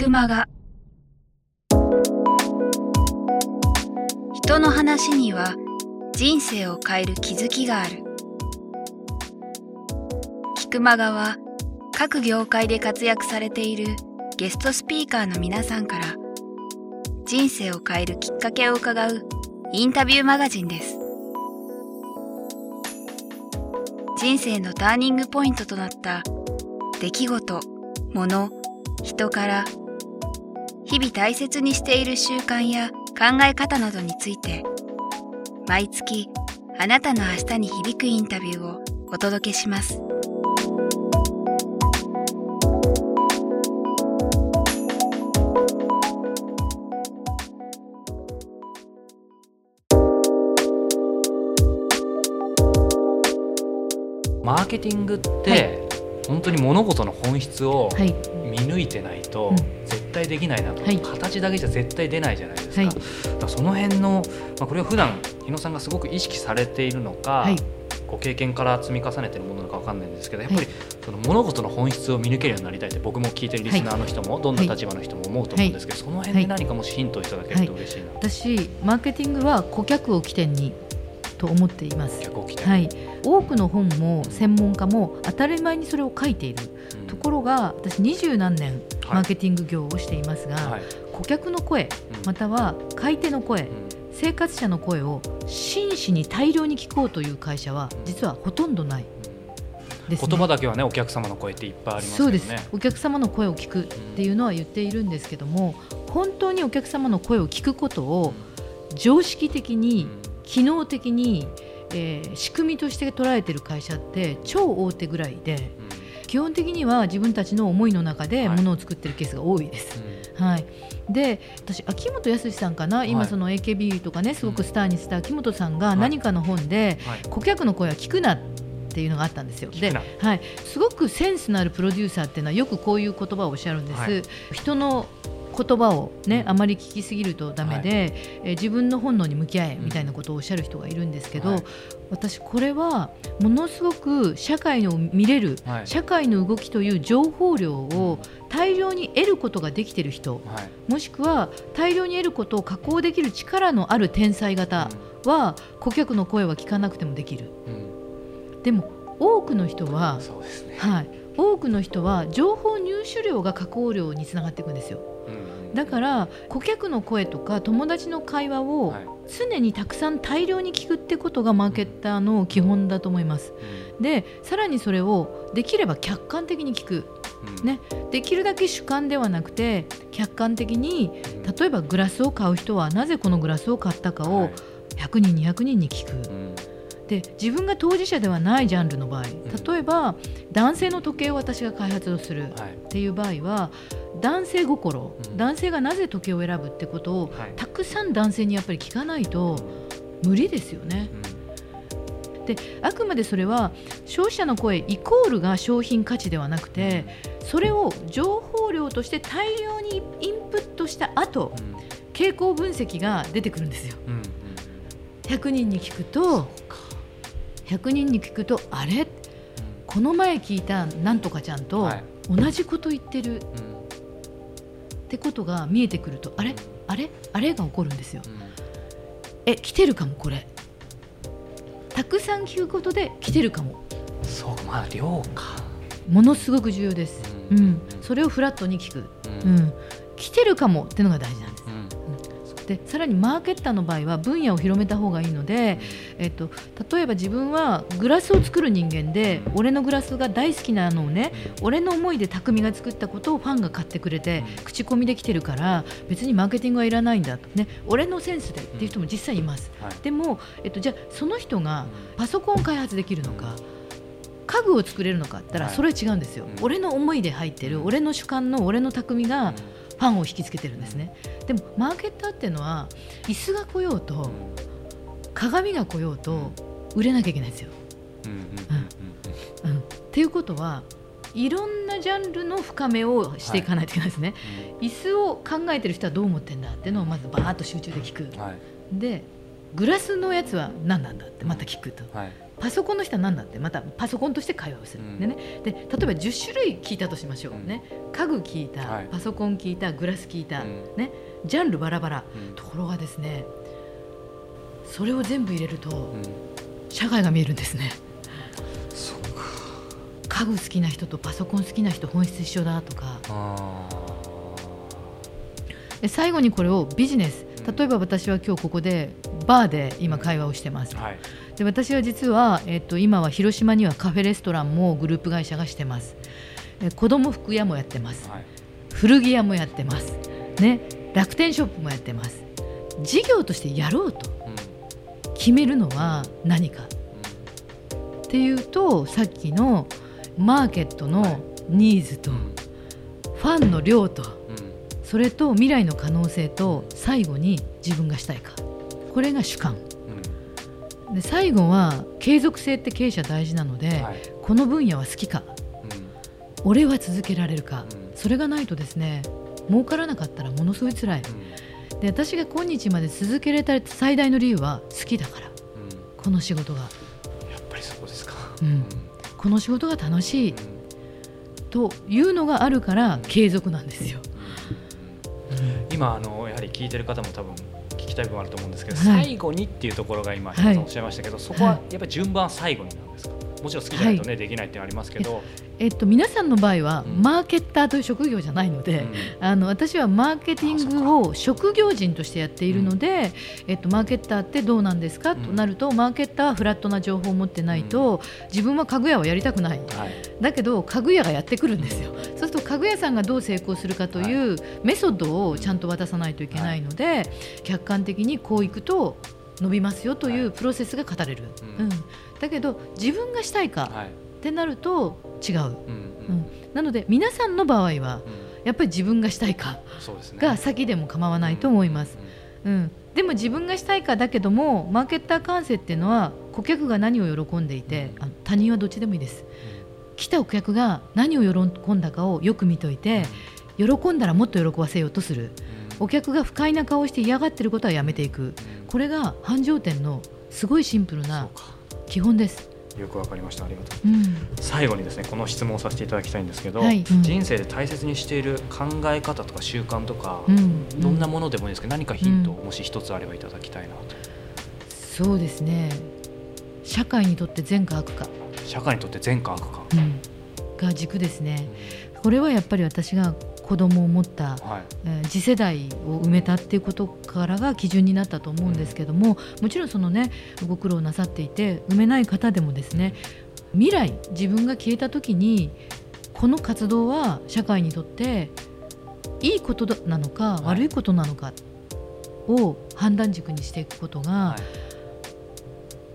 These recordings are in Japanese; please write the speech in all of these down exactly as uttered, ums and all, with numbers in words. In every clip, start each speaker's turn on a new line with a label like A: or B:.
A: マガ。人の話には人生を変える気づきがある。キクマガは各業界で活躍されているゲストスピーカーの皆さんから人生を変えるきっかけを伺うインタビューマガジンです。人生のターニングポイントとなった出来事、物、人から日々大切にしている習慣や考え方などについて毎月あなたの明日に響くインタビューをお届けします。
B: マーケティングって、はい、本当に物事の本質を見抜いてないと絶対できないなと、はい、形だけじゃ絶対出ないじゃないですか、はい、だからその辺の、まあ、これは普段日野さんがすごく意識されているのか、はい、ご経験から積み重ねているものなのか分かんないんですけど、やっぱりその物事の本質を見抜けるようになりたいって僕も聞いてるリスナーの人も、はい、どんな立場の人も思うと思うんですけど、はい、その辺で何かもしヒントをいただけると嬉しいな、はい、
C: 私マーケティングは顧客を起点にと思っています。はい、多くの本も専門家も当たり前にそれを書いている、うん、ところが私二十何年マーケティング業をしていますが、はい、顧客の声、うん、または買い手の声、うん、生活者の声を真摯に大量に聞こうという会社は実はほとんどないですね。
B: 言葉だけはね、お客様の声っていっぱいありますけどね。
C: そうです。お客様の声を聞くっていうのは言っているんですけども、本当にお客様の声を聞くことを常識的に、機能的に、えー、仕組みとして捉えている会社って超大手ぐらいで、うん、基本的には自分たちの思いの中でものを作っているケースが多いです、はい、うん、で私秋元康さんかな、はい、今その エーケービー とかねすごくスターにした秋元さんが何かの本で、はい、顧客の声は聞くなっていうのがあったんですよ。で、はい、すごくセンスのあるプロデューサーっていうのはよくこういう言葉をおっしゃるんです、はい、人の言葉を、ね、あまり聞きすぎるとダメで、はい、えー、自分の本能に向き合えみたいなことをおっしゃる人がいるんですけど、はい、私これはものすごく社会の見れる、はい、社会の動きという情報量を大量に得ることができている人、はい、もしくは大量に得ることを加工できる力のある天才型は、うん、顧客の声は聞かなくてもできる、うん、でも多くの人は、そうですね、はい、多くの人は情報入手量が加工量につながっていくんですよ。だから顧客の声とか友達の会話を常にたくさん大量に聞くってことがマーケッターの基本だと思います。でさらにそれをできれば客観的に聞く、ね、できるだけ主観ではなくて客観的に、例えばグラスを買う人はなぜこのグラスを買ったかをひゃくにんにひゃくにんに聞く。で自分が当事者ではないジャンルの場合、例えば男性の時計を私が開発をするっていう場合は、男性心、うん、男性がなぜ時計を選ぶってことを、はい、たくさん男性にやっぱり聞かないと無理ですよね、うん、であくまでそれは消費者の声イコールが商品価値ではなくて、うん、それを情報量として大量にインプットした後、うん、傾向分析が出てくるんですよ、うんうん、ひゃくにんに聞くとひゃくにんに聞くとあれ、うん、この前聞いたなんとかちゃんと同じこと言ってる、はい、ってことが見えてくると、あれあれあれが起こるんですよ、うん、え来てるかも、これたくさん聞くことで来てるかも。
B: そうか、まあ量か
C: ものすごく重要です、うんうん、それをフラットに聞く、うんうん、来てるかもっていうのが大事なんです、うんうん、でさらにマーケッターの場合は分野を広めた方がいいので、えっと、例えば自分はグラスを作る人間で、俺のグラスが大好きなのをね、俺の思いで匠が作ったことをファンが買ってくれて口コミできてるから別にマーケティングはいらないんだと、ね、俺のセンスでっていう人も実際います、はい、でも、えっと、じゃあその人がパソコンを開発できるのか家具を作れるのかって言ったらそれは違うんですよ、はい、俺の思いで入ってる俺の主観の俺の匠がファンを引きつけてるんですね。でもマーケッターっていうのは椅子が来ようと鏡が来ようと売れなきゃいけないんですよ、うんうんうん、っていうことはいろんなジャンルの深めをしていかないといけないですね、はい、椅子を考えてる人はどう思ってんだっていうのをまずバーッと集中で聞く、はい、でグラスのやつは何なんだってまた聞くと、はい、 パソコンの人は何だってまたパソコンとして会話をする、うん、でね、で例えばじゅっしゅるい聞いたとしましょう、うん、ね、家具聞いた、はい、パソコン聞いた、グラス聞いた、うん、ね、ジャンルバラバラ、うん、ところがですね、それを全部入れると、うん、社会が見えるんですね。
B: そうか。
C: 家具好きな人とパソコン好きな人本質一緒だとか。
B: あ
C: で最後にこれをビジネス、例えば私は今日ここでバーで今会話をしてます、
B: はい、
C: で私は実は、えっと、今は広島にはカフェレストランもグループ会社がしてます。え子供服屋もやってます、はい、古着屋もやってます、ね、楽天ショップもやってます。事業としてやろうと決めるのは何か、うん、っていうと、さっきのマーケットのニーズと、はい、ファンの量と、うん、それと未来の可能性と、最後に自分がしたいか、これが主観、うん、で最後は継続性って経営者大事なので、はい、この分野は好きか、うん、俺は続けられるか、うん、それがないとですね、儲からなかったらものすごい辛い、うん、で私が今日まで続けられた最大の理由は好きだから、うん、この仕事がや
B: っぱりそうですか、
C: うん、この仕事が楽しい、うん、というのがあるから継続なんですよ。
B: 今あのやはり聞いてる方も多分聞きたい部分あると思うんですけど、はい、最後にっていうところが今、はい、おっしゃいましたけど、そこはやっぱり順番最後になんですか。もちろん好きじゃないと、ね、はい、できないってありますけど、
C: えっと、皆さんの場合は、うん、マーケッターという職業じゃないので、うん、あの私はマーケティングを職業人としてやっているので、うん、えっと、マーケッターってどうなんですか、うん、となると、マーケッターはフラットな情報を持ってないと、うん、自分は家具屋をやりたくない、はい、だけど家具屋がやってくるんですよ。そうすると家具屋さんがどう成功するかというメソッドをちゃんと渡さないといけないので、はい、客観的にこういくと伸びますよというプロセスが語れる、はい、うん、だけど自分がしたいか、はい、ってなると違う、うんうんうん、なので皆さんの場合は、うん、やっぱり自分がしたいかが先でも構わないと思います、うんうんうん、でも自分がしたいかだけども、マーケッター感性っていうのは顧客が何を喜んでいて、あの他人はどっちでもいいです、うん、来たお客が何を喜んだかをよく見といて、うん、喜んだらもっと喜ばせようとする、うん、お客が不快な顔をして嫌がってることはやめていく、うん、これが繁盛店のすごいシンプルな基本です。
B: よくわかりました。ありがとう、うん、最後にですね、この質問をさせていただきたいんですけど、はい、うん、人生で大切にしている考え方とか習慣とか、うん、どんなものでもいいですけど、何かヒントをもし一つあればいただきたいなと、
C: うん、そうですね、社会にとって善か悪か、
B: 社会にとって善か悪か、
C: うん、が軸ですね、うん、これはやっぱり私が子供を持った、はい、えー、次世代を埋めたっていうことからが基準になったと思うんですけども、もちろんそのね、ご苦労なさっていて埋めない方でもですね、未来自分が消えた時にこの活動は社会にとっていいことなのか、はい、悪いことなのかを判断軸にしていくことが、はい、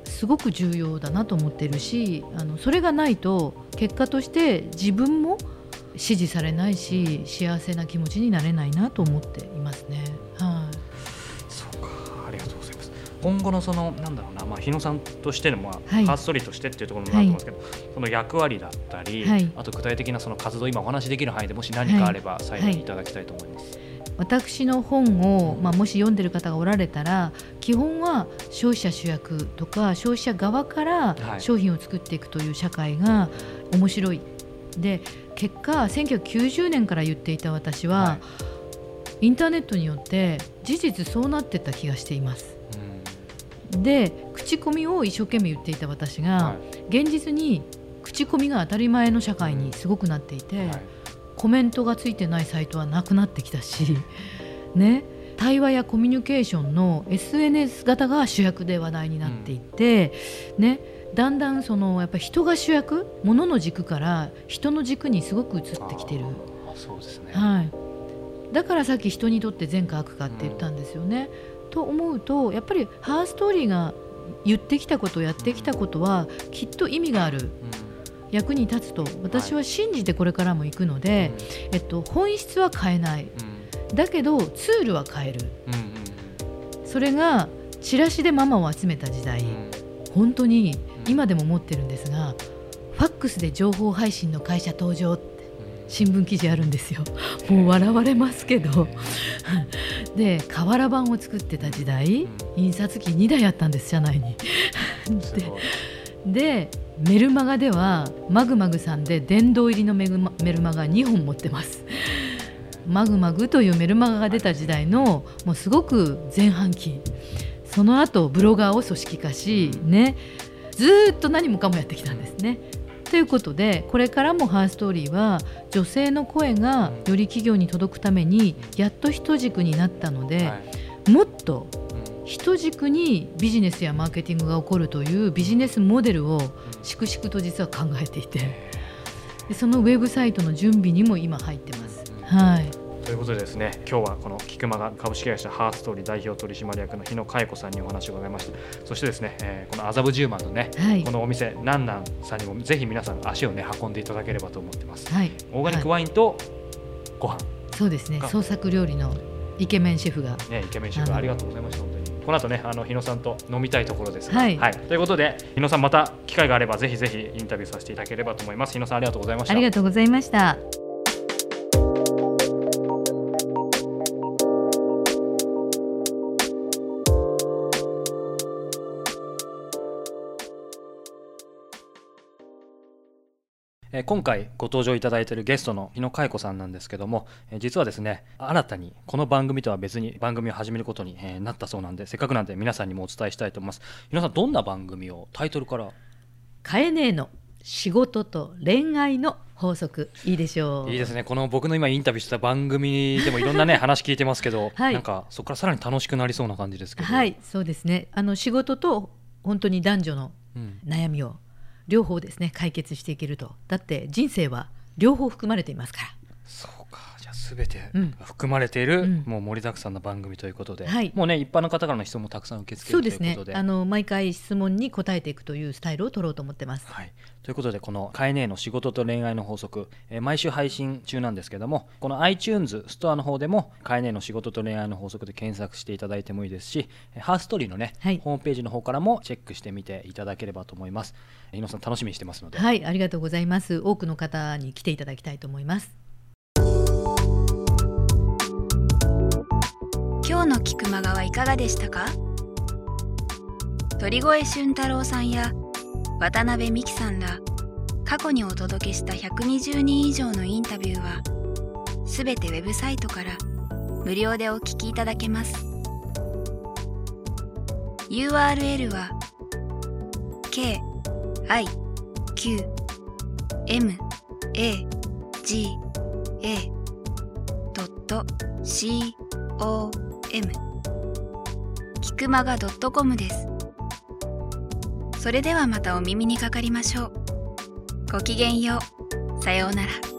C: すごく重要だなと思っているし、あのそれがないと結果として自分も支持されないし、幸せな気持ちになれないなと思っていますね。はい、
B: そうか、ありがとうございます。今後のそのなんだろうな、まあ、日野さんとしての、まあ、はい、パーソナリティとしてっていうところもあると思うんですけど、はい、その役割だったり、はい、あと具体的なその活動、今お話しできる範囲でもし何かあれば最後にいただきたいと思います。はいはい、
C: 私の本を、まあ、もし読んでる方がおられたら、基本は消費者主役とか消費者側から商品を作っていくという社会が面白い。で結果せんきゅうひゃくきゅうじゅうねんから言っていた私は、はい、インターネットによって事実そうなっていった気がしています、うん、で口コミを一生懸命言っていた私が、はい、現実に口コミが当たり前の社会にすごくなっていて、はい、コメントがついてないサイトはなくなってきたし、ね、対話やコミュニケーションの エスエヌエス 型が主役で話題になっていて、うん、ね、だんだんそのやっぱ人が主役、物の軸から人の軸にすごく移ってきてる。
B: そうですね、
C: はい、だからさっき人にとって善か悪かって言ったんですよね、うん、と思うとやっぱりハーストーリーが言ってきたことやってきたことはきっと意味がある、うん、役に立つと私は信じてこれからも行くので、はい、えっと、本質は変えない、うん、だけどツールは変える、うんうん、それがチラシでママを集めた時代、うん、本当に今でも思ってるんですが、ファックスで情報配信の会社登場って新聞記事あるんですよ。もう笑われますけどで瓦版を作ってた時代、印刷機にだいあったんです、社内にででメルマガではマグマグさんで殿堂入りのメルマ、メルマガにほん持ってますマグマグというメルマガが出た時代のもうすごく前半期、その後ブロガーを組織化し、ね、ずっと何もかもやってきたんですね。ということでこれからもハーストーリーは女性の声がより企業に届くためにやっと一軸になったので、はい、もっと一軸にビジネスやマーケティングが起こるというビジネスモデルを粛々と実は考えていて、でそのウェブサイトの準備にも今入ってます、はい。
B: ということでですね、今日はこのキクマガ株式会社ハーストーリー代表取締役の日野佳代子さんにお話を伺いました。そしてですね、えー、この麻布十番のね、はい、このお店なんなんさんにもぜひ皆さん足をね運んでいただければと思ってます、はい、オーガニックワインとご飯、はい、
C: そうですね、創作料理のイケメンシェフが、
B: ね、イケメンシェフありがとうございました。本当にこの後ね、あの日野さんと飲みたいところですが、はいはい、ということで日野さんまた機会があればぜひぜひインタビューさせていただければと思います。日野さんありがとうございました。
C: ありがとうございました。
B: 今回ご登場いただいているゲストの日野佳代子さんなんですけども、実はですね、新たにこの番組とは別に番組を始めることになったそうなんで、せっかくなんで皆さんにもお伝えしたいと思います。日野さん、どんな番組をタイトルから？
C: カエネの仕事と恋愛の法則、いいでしょう。
B: いいですね。この僕の今インタビューした番組でもいろんなね話聞いてますけど、はい、なんかそこからさらに楽しくなりそうな感じですけど。
C: はい、そうですね。あの仕事と本当に男女の悩みを、うん、両方ですね解決していけると。だって人生は両方含まれていますから。
B: そうか、じゃあ全て含まれている、うん、もう盛りだくさんの番組ということで、はい、もうね一般の方からの質問もたくさん受け付けるということで、
C: そうですね、あの毎回質問に答えていくというスタイルを取ろうと思ってます、
B: はい、ということでこのカエネの仕事と恋愛の法則、えー、毎週配信中なんですけども、この iTunes ストアの方でもカエネの仕事と恋愛の法則で検索していただいてもいいですし、ハーストーリーのね、はい、ホームページの方からもチェックしてみていただければと思います。日野さん楽しみにしてますので。
C: はい、ありがとうございます。多くの方に来ていただきたいと思います。
A: 今日のキクマガはいかがでしたか？鳥越俊太郎さんや渡辺美樹さんら過去にお届けしたひゃくにじゅうにん以上のインタビューはすべてウェブサイトから無料でお聞きいただけます。 ユーアールエル は ケーアイキューエムエージーエードットシーオーエム キクマガ ドットコム です。それではまたお耳にかかりましょう。ごきげんよう。さようなら。